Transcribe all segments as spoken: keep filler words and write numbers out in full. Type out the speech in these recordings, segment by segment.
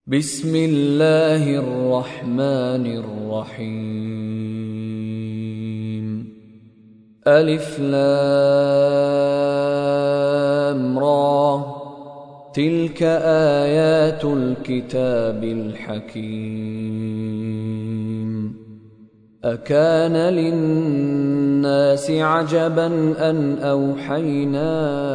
بسم الله الرحمن الرحيم ألف لام را تلك آيات الكتاب الحكيم أكان للناس عجبا أن أوحينا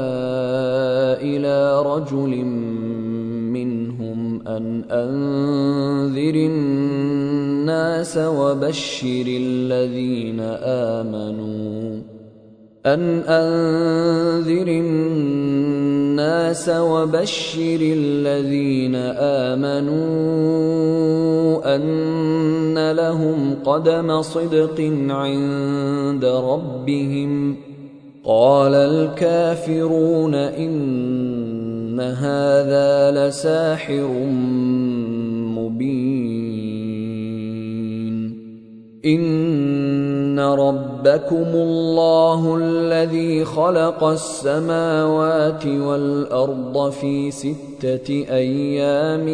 إلى رجل منهم أن أنذر الناس وبشر الذين آمنوا أن أنذر الناس وبشر الذين آمنوا أن لهم قدم صدق عند ربهم قال الكافرون إن هذا لساحر مبين إن ربكم الله الذي خلق السماوات والأرض في ستة أيام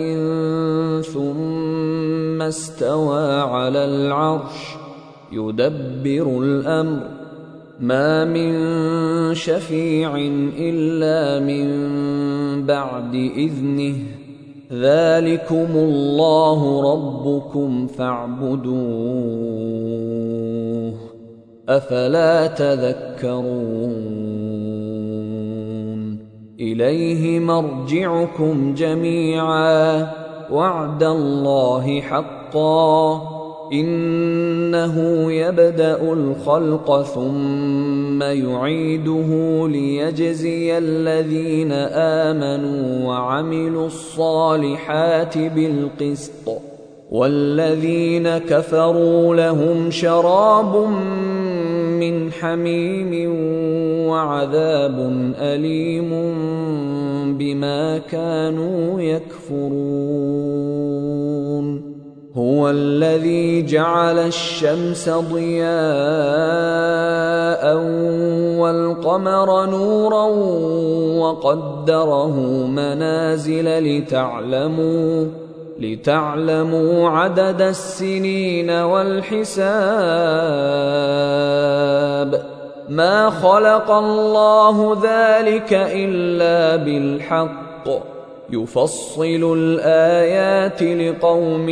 ثم استوى على العرش يدبر الأمر ما من شفيع إلا من بعد إذنه ذلكم الله ربكم فاعبدوه أفلا تذكرون إليه مرجعكم جميعا وعد الله حقا إنه يبدأ الخلق ثم يعيده ليجزي الذين آمنوا وعملوا الصالحات بالقسط والذين كفروا لهم شراب من حميم وعذاب أليم بما كانوا يكفرون هو الذي جعل الشمس ضياء والقمر نورا وقدره منازل لتعلموا لتعلموا عدد السنين والحساب ما خلق الله ذلك إلا بالحق يفصل الآيات لقوم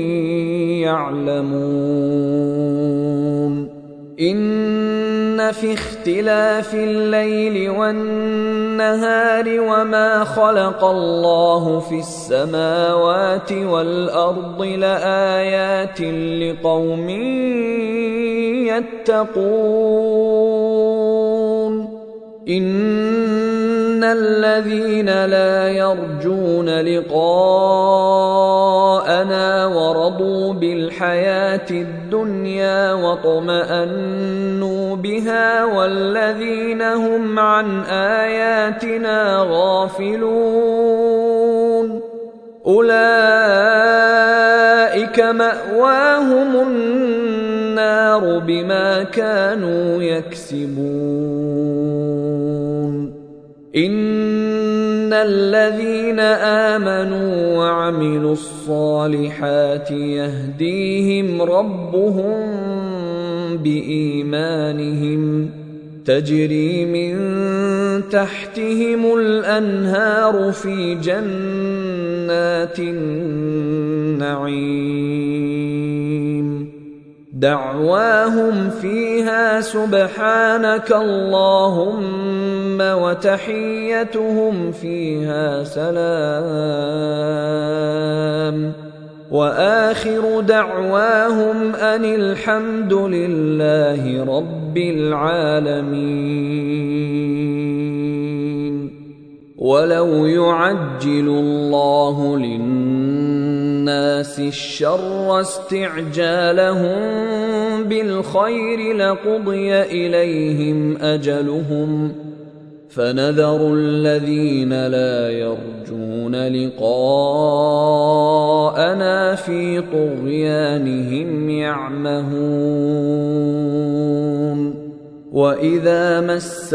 يعلمون إن في اختلاف الليل والنهار وما خلق الله في السماوات والأرض لآيات لقوم يتقون إن الذين لا يرجون لقاءنا ورضوا بالحياة الدنيا واطمأنوا بها والذين هم عن آياتنا غافلون أولئك مأواهم النار بما كانوا يكسبون إن الذين آمنوا وعملوا الصالحات يهديهم ربهم بإيمانهم تجري من تحتهم الأنهار في جنات النعيم دعواهم فيها سبحانك اللهم وتحيتهم فيها سلام وآخر دعواهم أن الحمد لله رب العالمين ولو يعجل الله للناس الشر استعجالهم بالخير لقضي إليهم أجلهم فنذر الذين لا يرجون لقاءنا في طغيانهم يعمهون وَإِذَا مَسَّ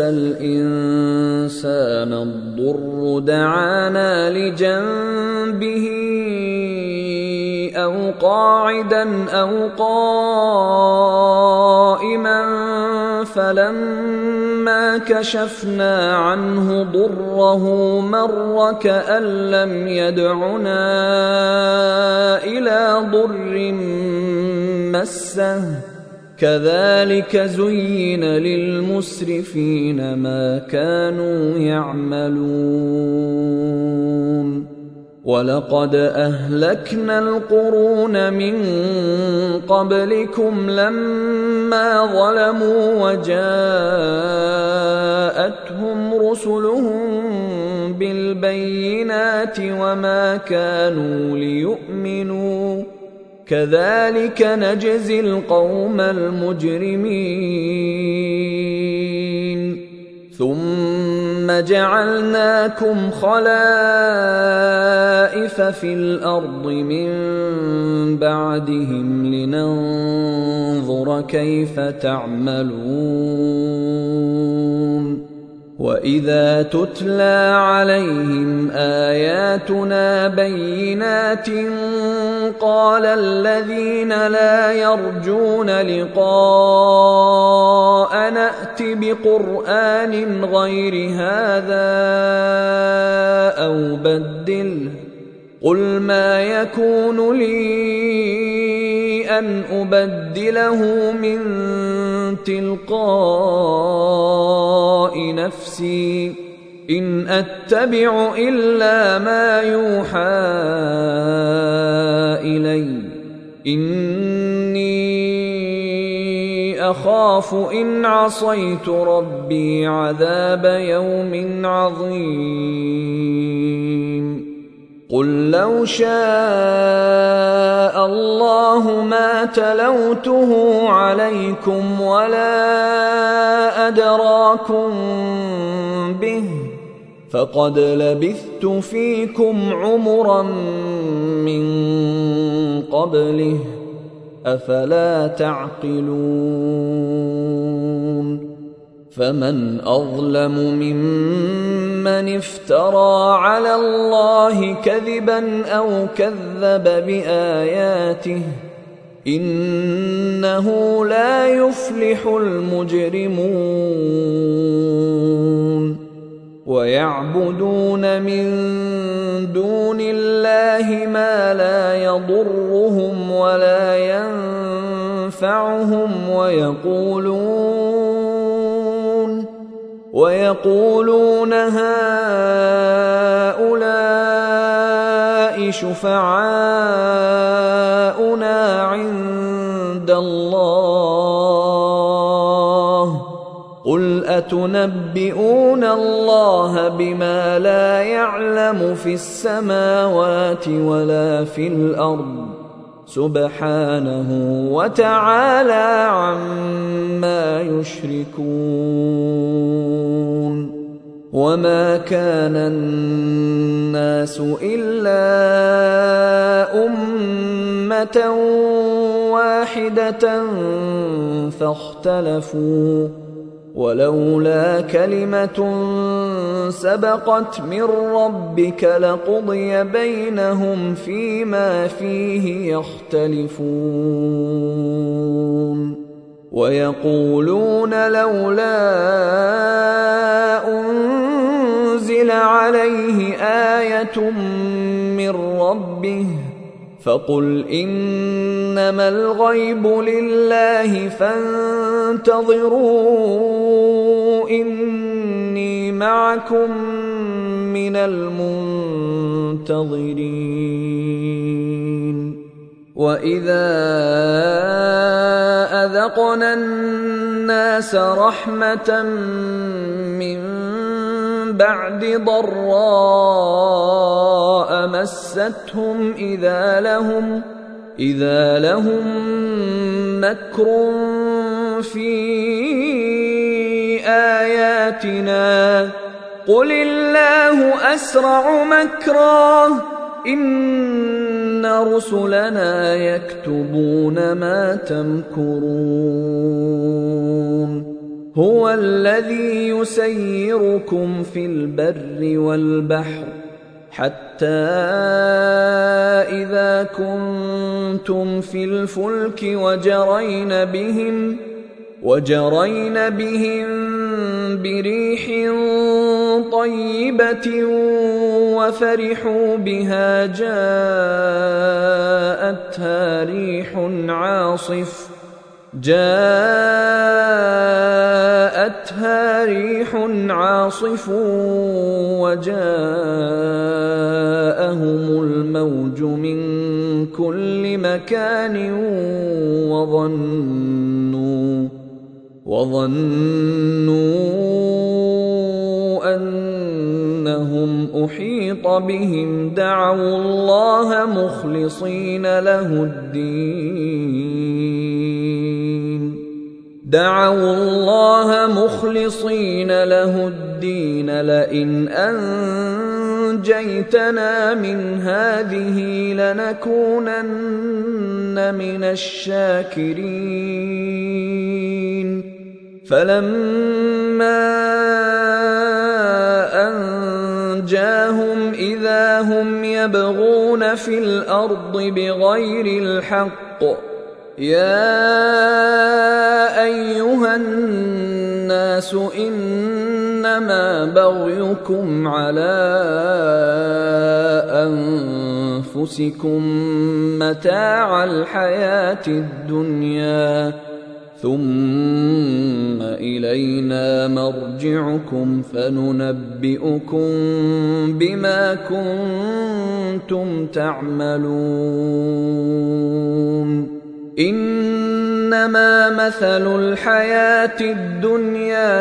الْإِنسَانَ الضُّرُّ دَعَانَا لِجَنبِهِ أو قاعدا أو قائما فلما كشفنا عنه ضره مر كأن لم يدعنا إلى ضر مسه كذلك زين للمسرفين ما كانوا يعملون ولقد أهلكنا القرون من قبلكم لما ظلموا وجاءتهم رسلهم بالبينات وما كانوا ليؤمنوا كذلك نجزي القوم المجرمين ثم جعلناكم خلائف في الأرض من بعدهم لننظر كيف تعملون وإذا تتلى عليهم آياتنا بينات قال الذين لا يرجون لقاء نأت بقرآن غير هذا أو بدله قل ما يكون لي أن أبدله من تلقاء نفسي إن أتبع إلا ما يوحى إلي إني أخاف إن عصيت ربي عذاب يوم عظيم قل لو شاء الله ما تلوته عليكم ولا أدراكم به فقد لبثت فيكم عمرا من قبله أفلا تعقلون فمن أظلم ممن افترى على الله كذبا أو كذب بآياته إنه لا يفلح المجرمون ويعبدون من دون الله ما لا يضرهم ولا ينفعهم ويقولون ويقولون هؤلاء شفعاؤنا عند الله قل أتنبئون الله بما لا يعلم في السماوات ولا في الأرض سبحانه وتعالى عما يشركون وما كان الناس إلا أمة واحدة فاختلفوا ولولا كلمة سبقت من ربك لقضي بينهم فيما فيه يختلفون ويقولون لولا أنزل عليه آية من ربه فقل إنما الغيب لله فانتظروا إني معكم من المنتظرين وإذا أذقنا الناس رحمة من بعد ضراء مستهم إذا لهم إذا لهم مكر في آياتنا قل الله أسرع مكرا إن رسلنا يكتبون ما تمكرون هو الذي يسيركم في البر والبحر حتى إذا كنتم في الفلك وجرين بهم وجرين بهم بريح طيبة وفرحوا بها جاءتها ريح عاصف جاءتها ريح عاصف وجاءهم الموج من كل مكان وظنوا وظنوا أنهم أحيط بهم دعوا الله مخلصين له الدين دعوا الله مخلصين له الدين لئن أنجيتنا من هذه لنكونن من الشاكرين فلما أنجاهم إذا هم يبغون في الأرض بغير الحق يا أيها الناس إنما بغيكم على أنفسكم متاع الحياة الدنيا ثم إلينا مرجعكم فننبئكم بما كنتم تعملون إنما مثل الحياة الدنيا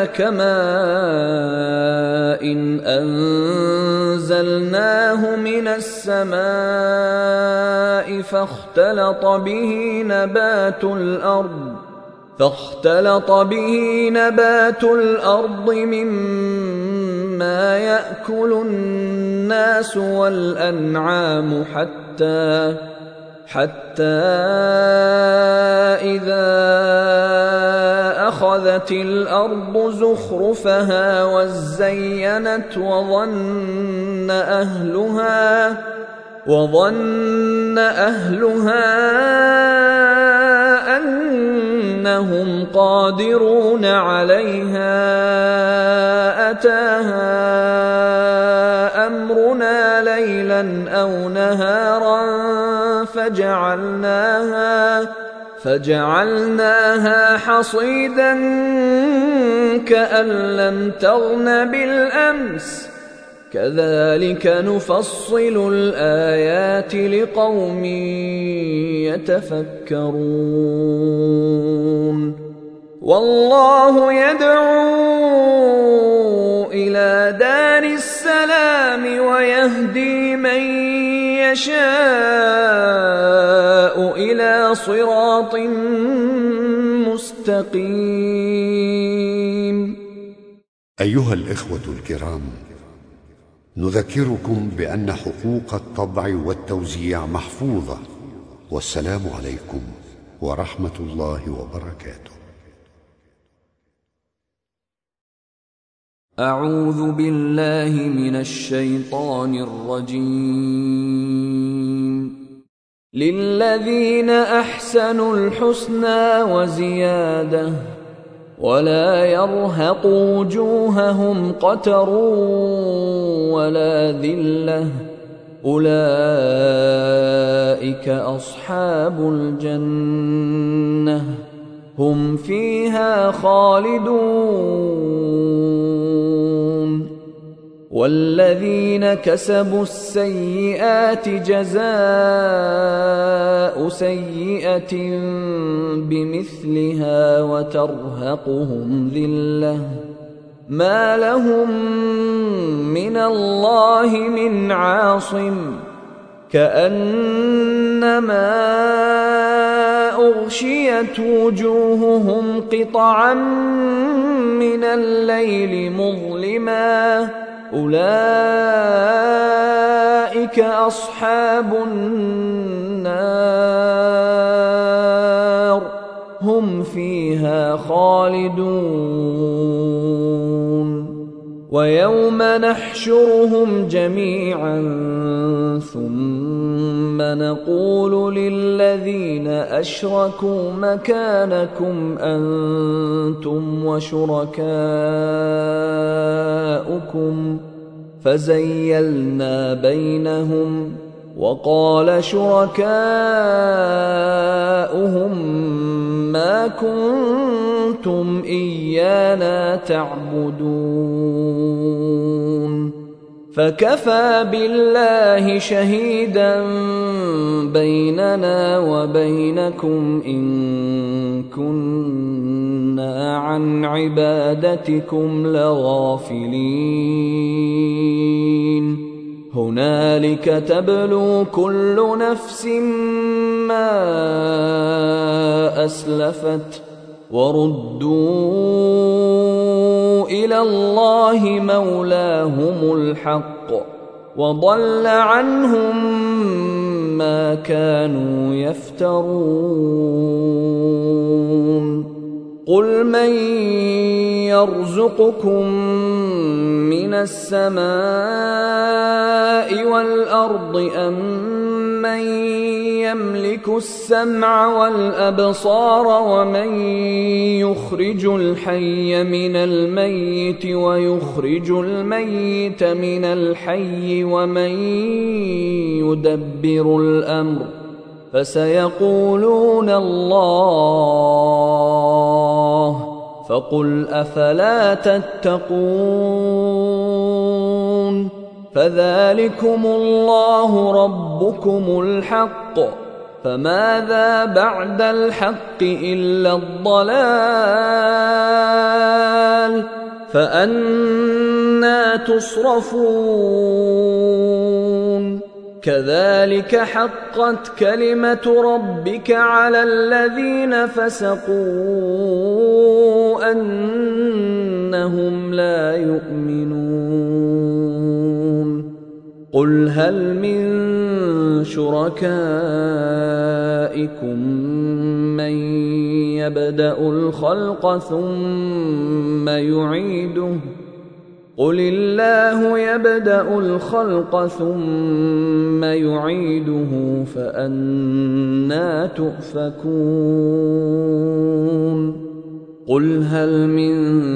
كماء إن أنزلناه من السماء فاختلط به نبات الأرض فاختلط به نبات الأرض مما يأكل الناس والأنعام حتى حتى إذا أخذت الأرض زخرفها وزينت وظن أهلها وظن أهلها أنهم قادرون عليها أتاها أمرنا ليلا أو نهارا فجعلناها فجعلناها حصيدا كأن لم تغن بالأمس كذلك نفصل الآيات لقوم يتفكرون والله يدعو إلى دار السلام ويهدي من يشاء إلى صراط مستقيم. أيها الإخوة الكرام، نذكركم بأن حقوق الطبع والتوزيع محفوظة، والسلام عليكم ورحمة الله وبركاته. أعوذ بالله من الشيطان الرجيم. للذين أحسنوا الحسنى وزيادة ولا يرهق وجوههم قتر ولا ذلة أولئك أصحاب الجنة هم فيها خالدون. والذين كسبوا السيئات جزاء سيئة بمثلها وترهقهم ذلة ما لهم من الله من عاصم كأنما أغشيت وجوههم قطعا من الليل مظلما أولئك أصحاب النار هم فيها خالدون. ويوم نحشرهم جميعا ثم نقول للذين أشركوا مكانكم أنتم وشركاؤكم فزيلنا بينهم وقال شركاؤهم ما كنتم إيانا تعبدون فكفى بالله شهيدا بيننا وبينكم إن كنا عن عبادتكم لغافلين هنالك تبلو كل نفس ما أسلفت وردوا إلى الله مولاهم الحق وضل عنهم ما كانوا يفترون قل من يرزقكم من السماء والأرض أم من يملك السمع والأبصار ومن يخرج الحي من الميت ويخرج الميت من الحي ومن يدبر الأمر فسيقولون الله فقل أفلا تتقون فذلكم الله ربكم الحق فماذا بعد الحق إلا الضلال فأنى تصرفون كذلك حقت كلمة ربك على الذين فسقوا أنهم لا يؤمنون قل هل من شركائكم من يبدأ الخلق ثم يعيده قل الله يبدأ الخلق ثم يعيده فأنى تؤفكون قل هل من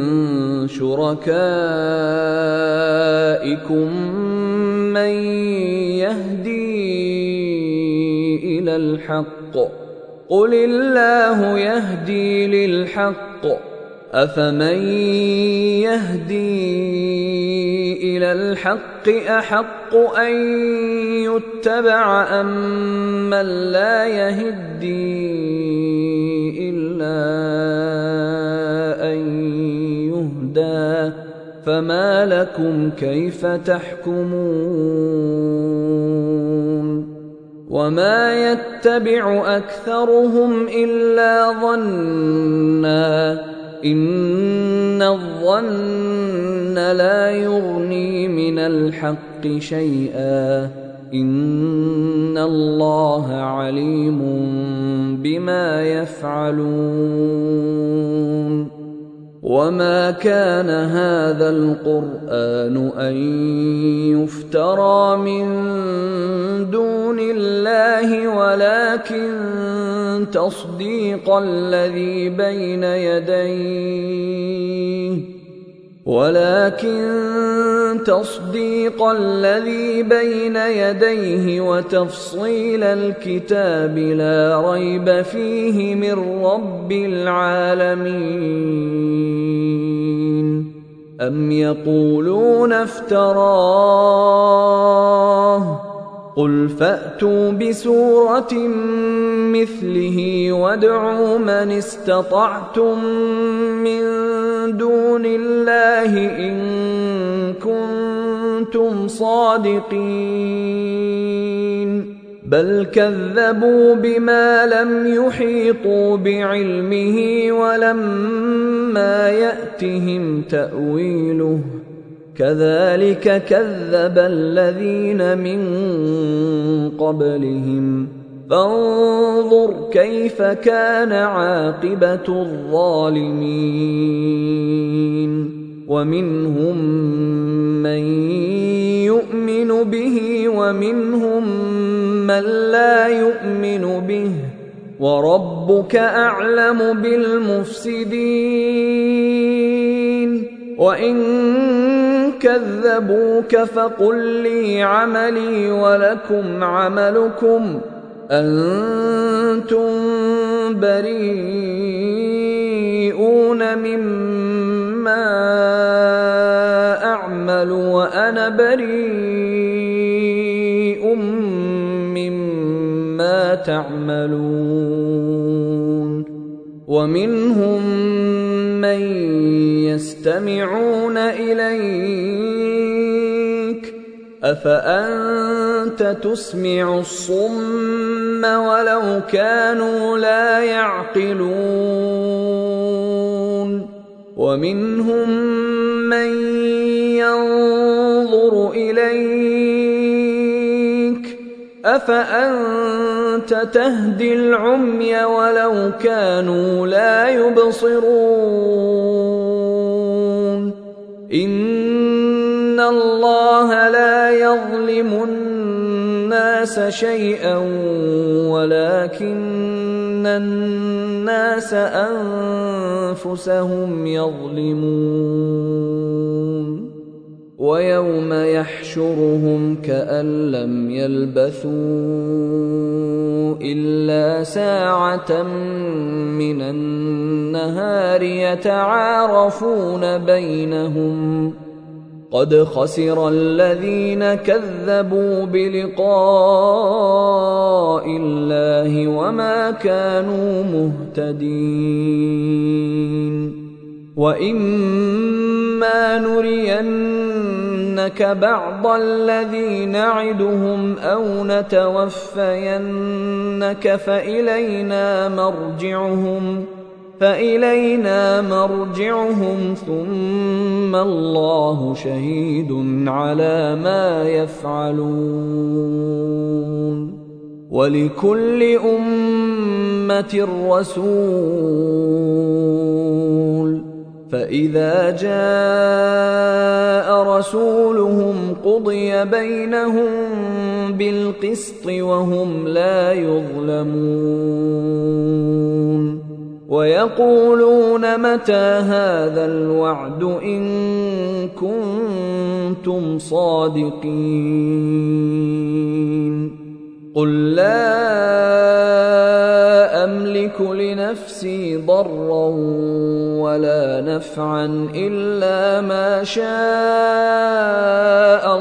شركائكم من يهدي إلى الحق قل الله يهدي للحق أفمن يهدي إلى الحق أحق أن يتبع أم من لا يهدي إلا أن يهدى فما لكم كيف تحكمون وما يتبع أكثرهم إلا ظنًّا إن الظن لا يغني من الحق شيئا إن الله عليم بما يفعلون وما كان هذا القرآن أن يفترى من دون الله ولكن تصديق الذي بين يديه ولكن تصديق الذي بين يديه وتفصيل الكتاب لا ريب فيه من رب العالمين أم يقولون افتراه قل فأتوا بسورة مثله وادعوا من استطعتم من دون الله إن كنتم صادقين بل كذبوا بما لم يحيطوا بعلمه ولما يأتهم تأويله كذلك كذب الذين من قبلهم فانظر كيف كان عاقبة الظالمين ومنهم من يؤمن به ومنهم من لا يؤمن به وربك أعلم بالمفسدين وإن كذبوك فقل لي عملي ولكم عملكم أنتم بريئون مما أعمل وأنا بريء مما تعملون ومنهم من يستمعون إليك أفأنت تسمع الصم ولو كانوا لا يعقلون ومنهم من ينظر إليك أفأنت تهدي العمي ولو كانوا لا يبصرون إن الله لا يظلم الناس شيئا ولكن الناس أنفسهم يظلمون ويوم يحشرهم كأن لم يلبثوا إلا ساعة من النهار يتعارفون بينهم قد خسر الذين كذبوا بلقاء الله وما كانوا مهتدين وإما نرينك بعض الذي نعدهم أو نتوفينك فإلينا مرجعهم فإلينا مرجعهم ثم الله شهيد على ما يفعلون ولكل أمة رسول فإذا جاء رسولهم قضي بينهم بالقسط وهم لا يظلمون ويقولون متى هذا الوعد إن كنتم صادقين قل لا أملك لنفسي ضرا ولا نفعا إلا ما شاء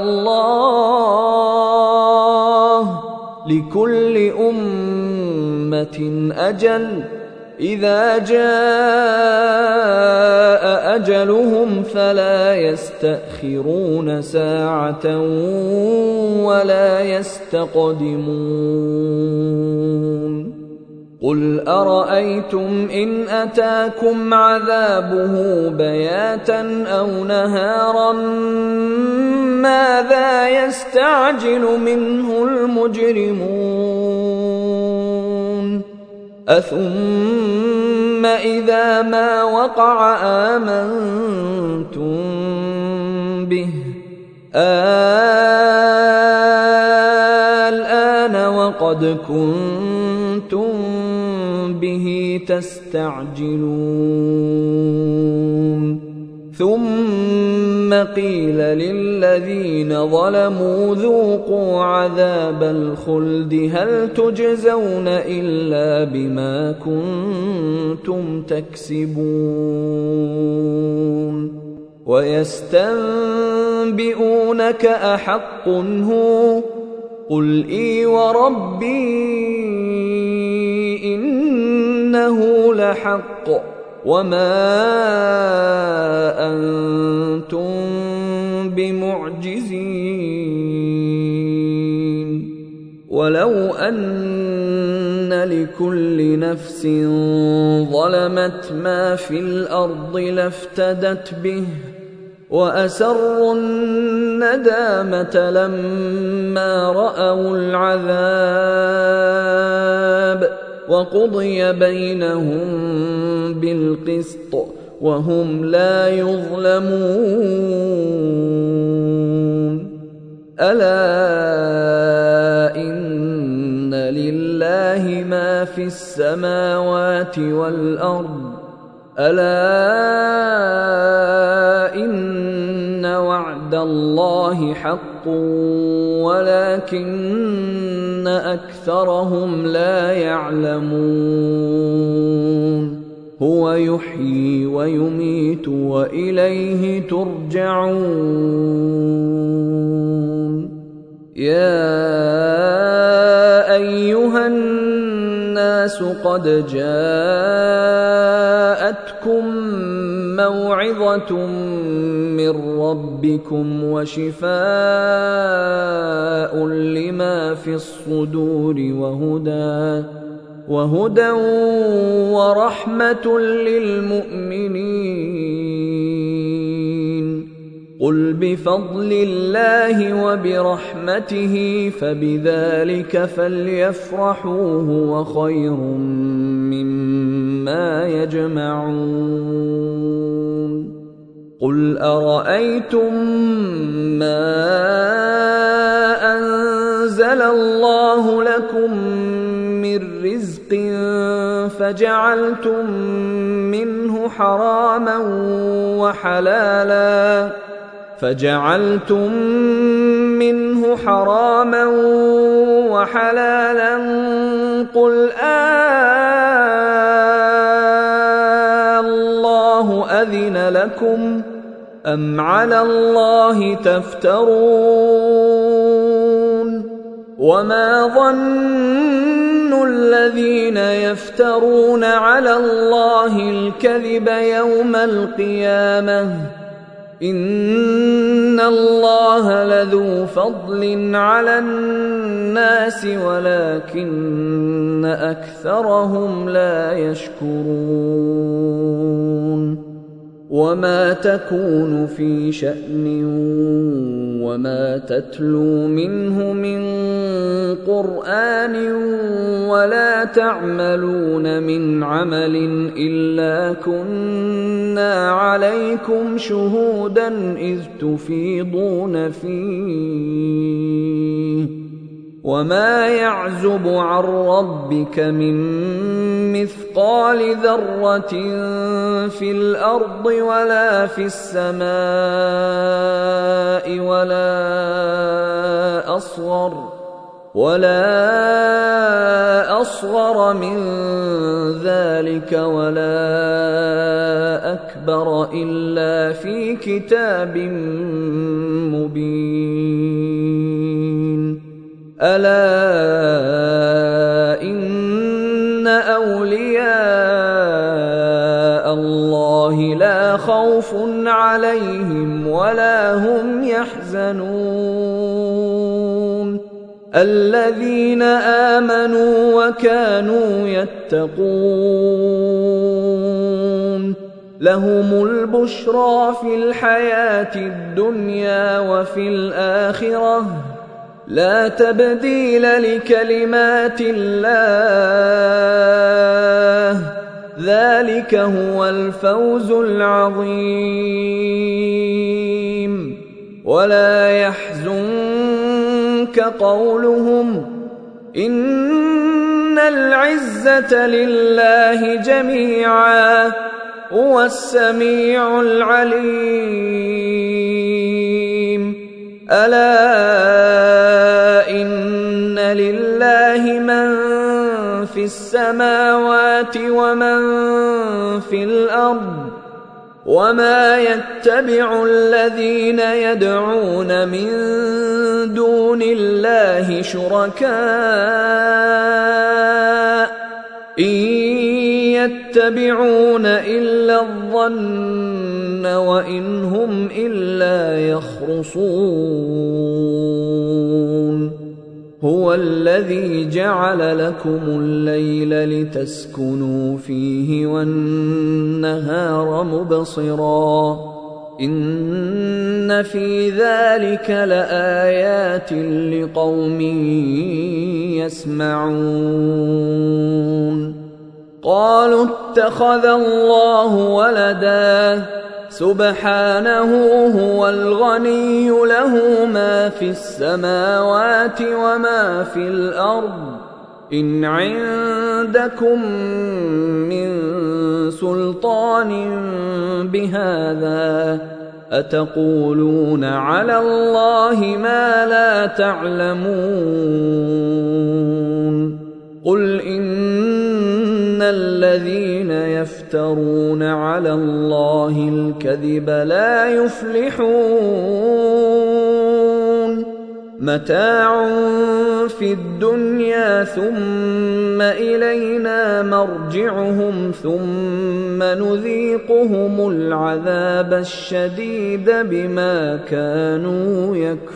الله لكل أمة أجل إذا جاء أجلهم فلا يستأخرون ساعة ولا يستقدمون قل أرأيتم إن أتاكم عذابه بياتا أو نهارا ماذا يستعجل منه المجرمون أثم إذا ما وقع آمنتم به الآن وقد كنتم به تستعجلون ثم قيل للذين ظلموا ذوقوا عذاب الخلد هل تجزون إلا بما كنتم تكسبون ويستنبئونك أحق هو قل إي وربي إنه لحق وما أنتم بمعجزين ولو أن لكل نفس ظلمت ما في الأرض لافتدت به وأسروا الندامة لما رأوا العذاب وقضي بينهم بالقسط وهم لا يظلمون ألا إن لله ما في السماوات والأرض ألا إن وعد الله حق ولكن أكثرهم لا يعلمون هو يحيي ويميت وإليه ترجعون يا أيها الناس قد جاءتكم موعظة من ربكم وشفاء لما في الصدور وهدى وهدى ورحمة للمؤمنين قل بفضل الله وبرحمته فبذلك فليفرحوا هو خير مما يجمعون قل أرأيتم ما أنزل الله لكم من رزق فجعلتم منه حراما وحلالا فجعلتم منه حراما وحلالا قل آه أذن لكم أم على الله تفترون وما ظن الذين يفترون على الله الكذب يوم القيامة إن الله لذو فضل على الناس ولكن أكثرهم لا يشكرون وما تكون في شأن وما تتلو منه من قرآن ولا تعملون من عمل إلا كنا عليكم شهودا إذ تفيضون فيه وما يعزب عن ربك من مثقال ذرة في الأرض ولا في السماء ولا أصغر ولا أصغر من ذلك ولا أكبر إلا في كتاب مبين ألا إن أولياء الله لا خوف عليهم ولا هم يحزنون الذين آمنوا وكانوا يتقون لهم البشرى في الحياة الدنيا وفي الآخرة لا تبديل لكلمات الله ذلك هو الفوز العظيم ولا يحزنك قولهم إن العزة لله جميعا هو السميع العليم ألا إن لله من في السماوات ومن في الأرض وما يتبع الذين يدعون من دون الله شركاء إن يتبعون إلا الظن وإن هم إلا يخرصون هو الذي جعل لكم الليل لتسكنوا فيه والنهار مبصرا إن في ذلك لآيات لقوم يسمعون قالوا اتخذ الله ولدا سبحانه هو الغني له ما في السماوات وما في الأرض إن عندكم من سلطان بهذا أتقولون على الله ما لا تعلمون قل إن الذين يفترون على الله الكذب لا يفلحون متاع في الدنيا ثم إلينا مرجعهم ثم نذيقهم العذاب الشديد بما كانوا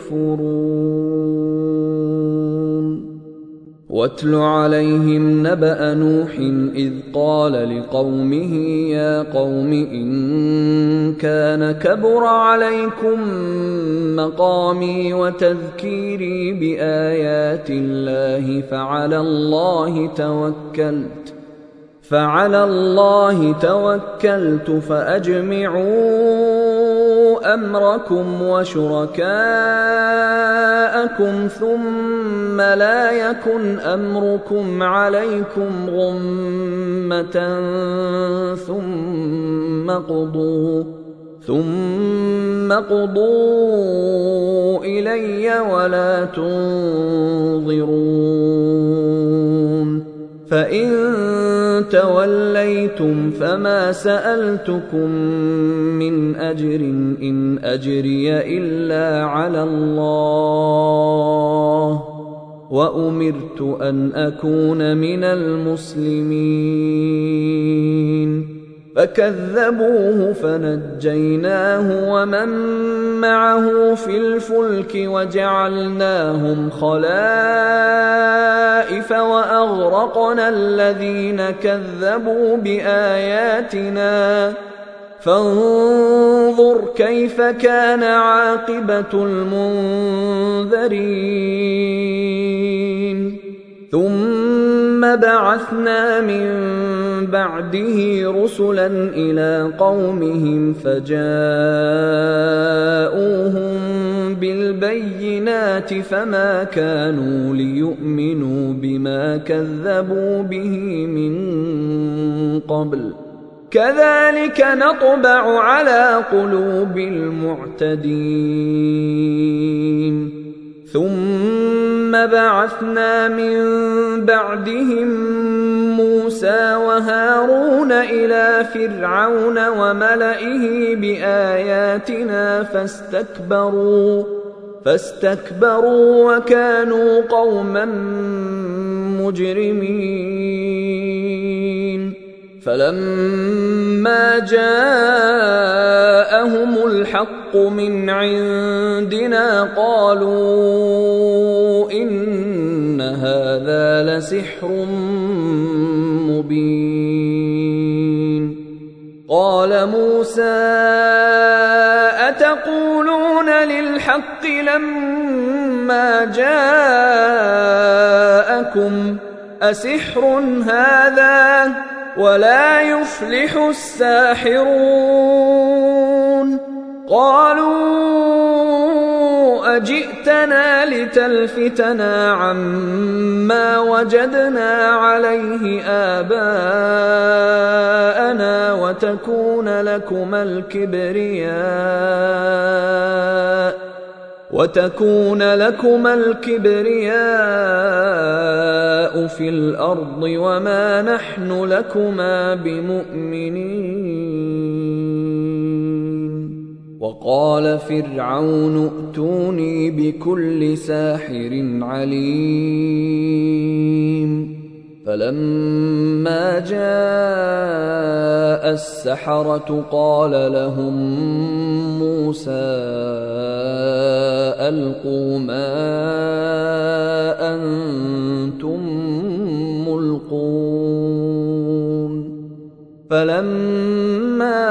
يكفرون واتل عليهم نبأ نوح إذ قال لقومه يا قوم إن كان كبر عليكم مقامي وتذكيري بآيات الله فعلى الله توكلت فعلى الله توكلت فأجمعوا أمركم وشركاءكم ثم لا يكن أمركم عليكم غمة ثم قضوا ثم قضوا إلي ولا تنظرون فإن توليتم فما سألتكم من أجر إن أجري إلا على الله وأمرت أن أكون من المسلمين فكذبوه فنجيناه ومن معه في الفلك وجعلناهم خلائف وأغرقنا الذين كذبوا بآياتنا فانظر كيف كان عاقبة المنذرين ثم بعثنا من بعده رسلا إلى قومهم فجاءوهم بالبينات فما كانوا ليؤمنوا بما كذبوا به من قبل كذلك نطبع على قلوب المعتدين ثم بعثنا من بعدهم موسى وهارون إلى فرعون وملئه بآياتنا فاستكبروا فاستكبروا وكانوا قوما مجرمين فلما جاءهم الحق من عندنا قالوا إن هذا لسحر مبين قال موسى أتقولون للحق لما جاءكم أسحر هذا ولا يفلح الساحرون قالوا أجئتنا لتلفتنا عما وجدنا عليه آباءنا وتكون لكما الكبرياء وتكون لكما الكبرياء في الأرض وما نحن لكما بمؤمنين وقال فرعون ائتوني بكل ساحر عليم فلما جاء السحرة قال لهم موسى ألقوا ما أنتم ملقون فلما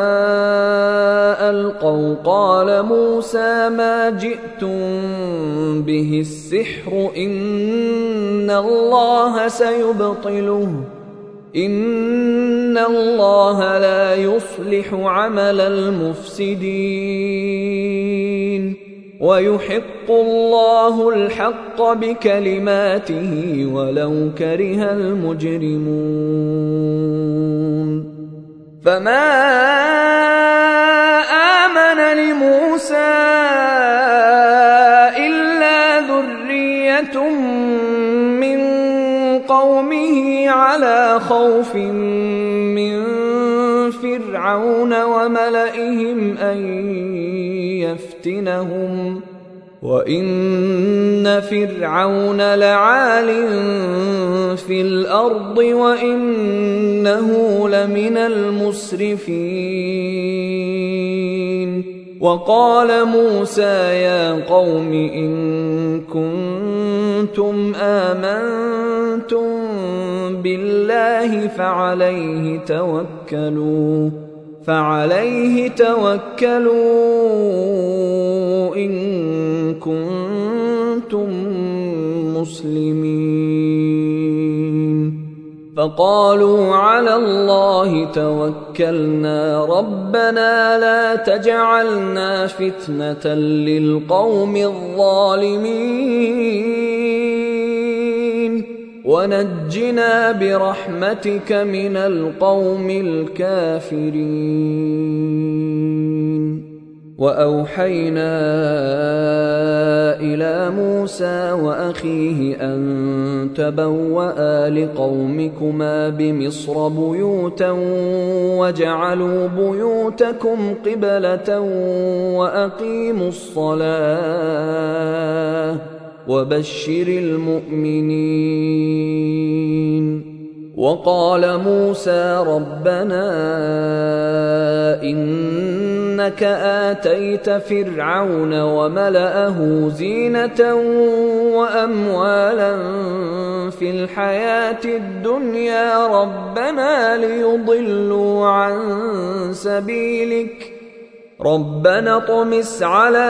ألقوا قال موسى ما جئتم به السحر إن الله سيبطله إن الله لا يصلح عمل المفسدين ويحق الله الحق بكلماته ولو كره المجرمون فما آمن لموسى إلا ذرية من قومه على خوف من فرعون وملئهم أن يفتنهم وإن فرعون لعال في الأرض وإنه لمن المسرفين وقال موسى يا قوم إن كنتم آمنتم بالله فعليه توكلوا فعليه توكلوا إن كنتم مسلمين فقالوا على الله توكلنا ربنا لا تجعلنا فتنة للقوم الظالمين ونجنا برحمتك من القوم الكافرين وأوحينا إلى موسى وأخيه أن تبوأ لقومكما بمصر بيوتا وجعلوا بيوتكم قبلة وأقيموا الصلاة وبشر المؤمنين وقال موسى ربنا إنك آتيت فرعون وملأه زينة وأموالا في الحياة الدنيا ربنا ليضلوا عن سبيلك ربنا اطمس على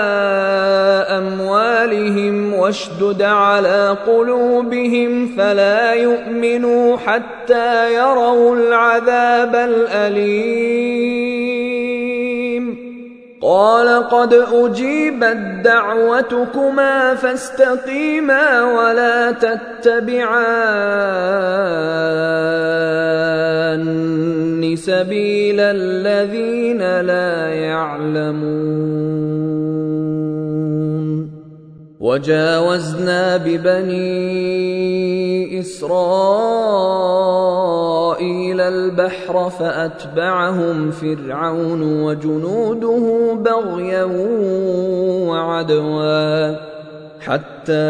أموالهم واشدد على قلوبهم فلا يؤمنوا حتى يروا العذاب الأليم قال قد أجيبت دعوتكما فاستقيما ولا تتبعان سبيل الذين لا يعلمون وجاوزنا ببني إسرائيل البحر فأتبعهم فرعون وجنوده بغيا وعدوا حتى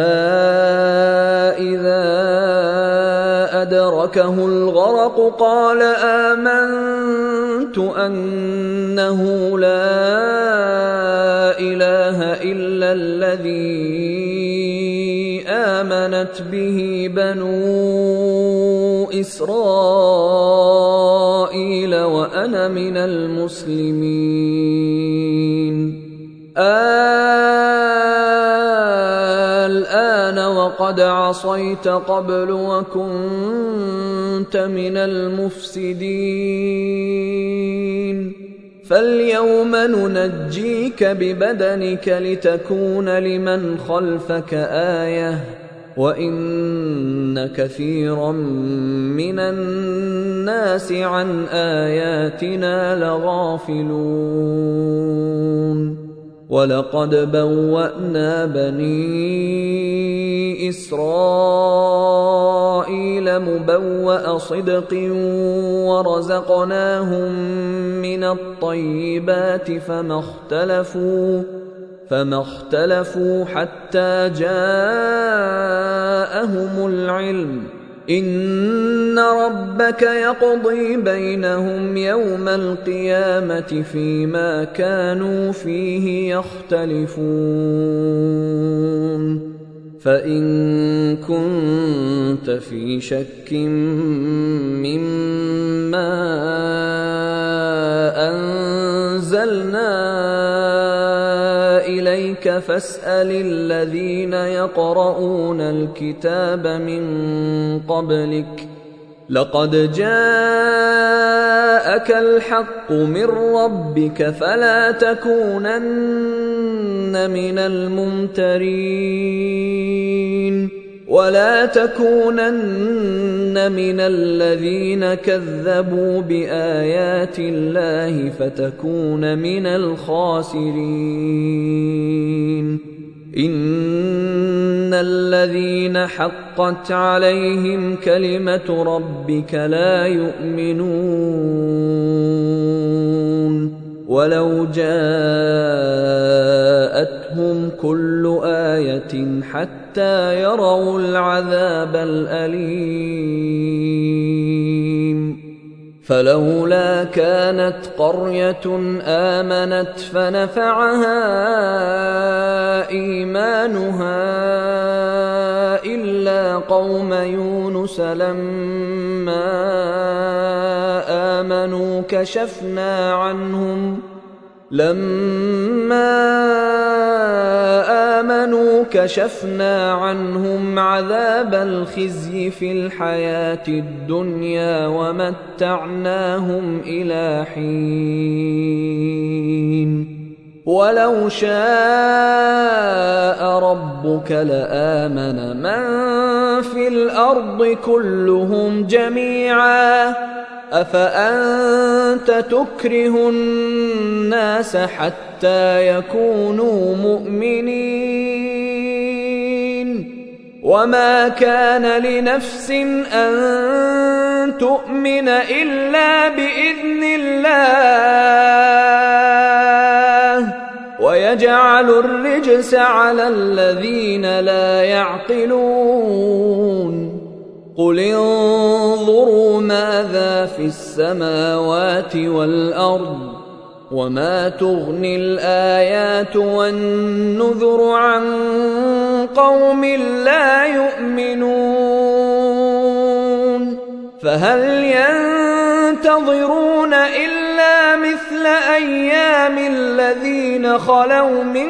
إذا أدركه الغرق قال آمنت أنه لا إله إلا الذي آمنت به بنو إسرائيل وأنا من المسلمين الآن وقد عصيت قبل وكنت من المفسدين فاليوم ننجيك ببدنك لتكون لمن خلفك آية وإن كثيرا من الناس عن آياتنا لغافلون ولقد بوأنا بني إسرائيل مبوأ صدق ورزقناهم من الطيبات فما اختلفوا فما اختلفوا حتى جاءهم العلم إن ربك يقضي بينهم يوم القيامة فيما كانوا فيه يختلفون فإن كنت في شك مما أنزلنا إليك فاسأل الذين يقرؤون الكتاب من قبلك لقد جاءك الحق من ربك فلا تكونن من الممترين ولا تكونن من الذين كذبوا بآيات الله فتكون من الخاسرين إن الذين حقت عليهم كلمة ربك لا يؤمنون ولو جاءتهم كل آية حتى يروا العذاب الأليم فلولا كانت قرية آمنت فنفعها إيمانها إلا قوم يونس لما آمنوا كشفنا عنهم لما آمنوا كشفنا عنهم عذاب الخزي في الحياة الدنيا ومتعناهم إلى حين ولو شاء ربك لآمن من في الأرض كلهم جميعا أفأنت تكره الناس حتى يكونوا مؤمنين وما كان لنفس أن تؤمن إلا بإذن الله ويجعل الرجس على الذين لا يعقلون قل انظروا ماذا في السماوات والأرض وما تغني الآيات والنذر عن قوم لا يؤمنون فهل ينتظرون إلا مثل أيام الذين خلوا من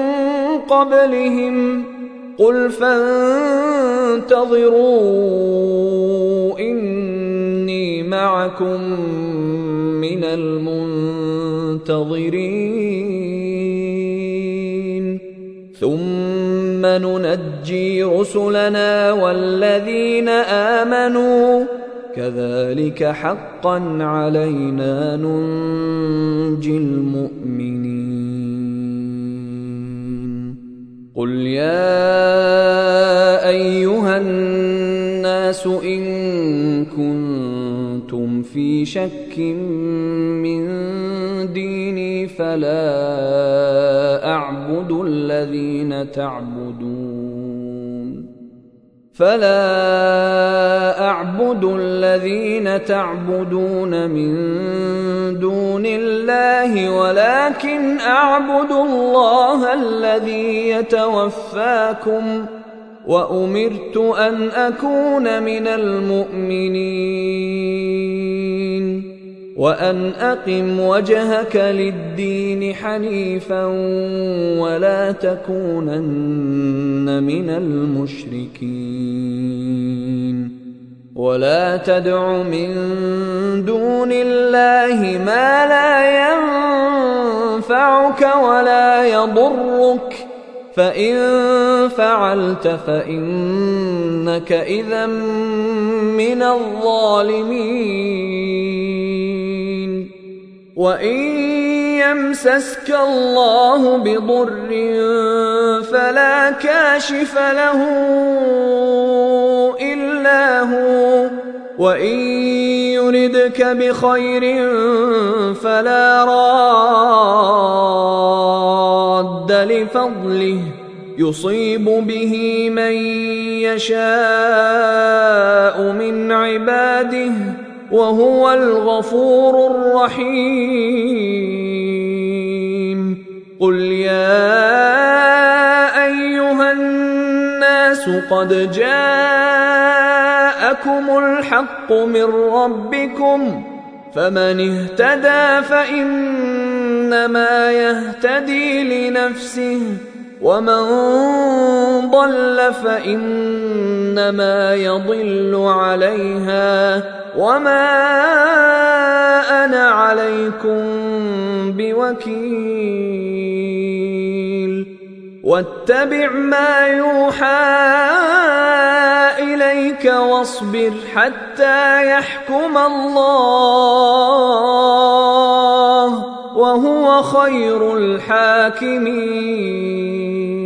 قبلهم قل فانتظروا إني معكم من المنتظرين ثم ننجي رسلنا والذين آمنوا كذلك حقا علينا ننجي المؤمنين قل يا أيها الناس إن كنتم في شك من ديني فلا أعبد الذين تعبدون فلا أعبد الذين تعبدون من دون الله ولكن أعبد الله الذي يتوفاكم وأمرت أن أكون من المؤمنين وأن أقم وجهك للدين حنيفا ولا تكونن من المشركين ولا تدع من دون الله ما لا ينفعك ولا يضرك فإن فعلت فإنك إذا من الظالمين وإن يمسسك الله بضر فلا كاشف له إلا هو وإن يردك بخير فلا راد لفضله يصيب به من يشاء من عباده وهو الغفور الرحيم قل يا أيها الناس قد جاءكم الحق من ربكم فمن اهتدى فإنما يهتدي لنفسه ومن ضل فإنما يضل عليها وما أنا عليكم بوكيل واتبع ما يوحى إليك واصبر حتى يحكم الله وهو خير الحاكمين.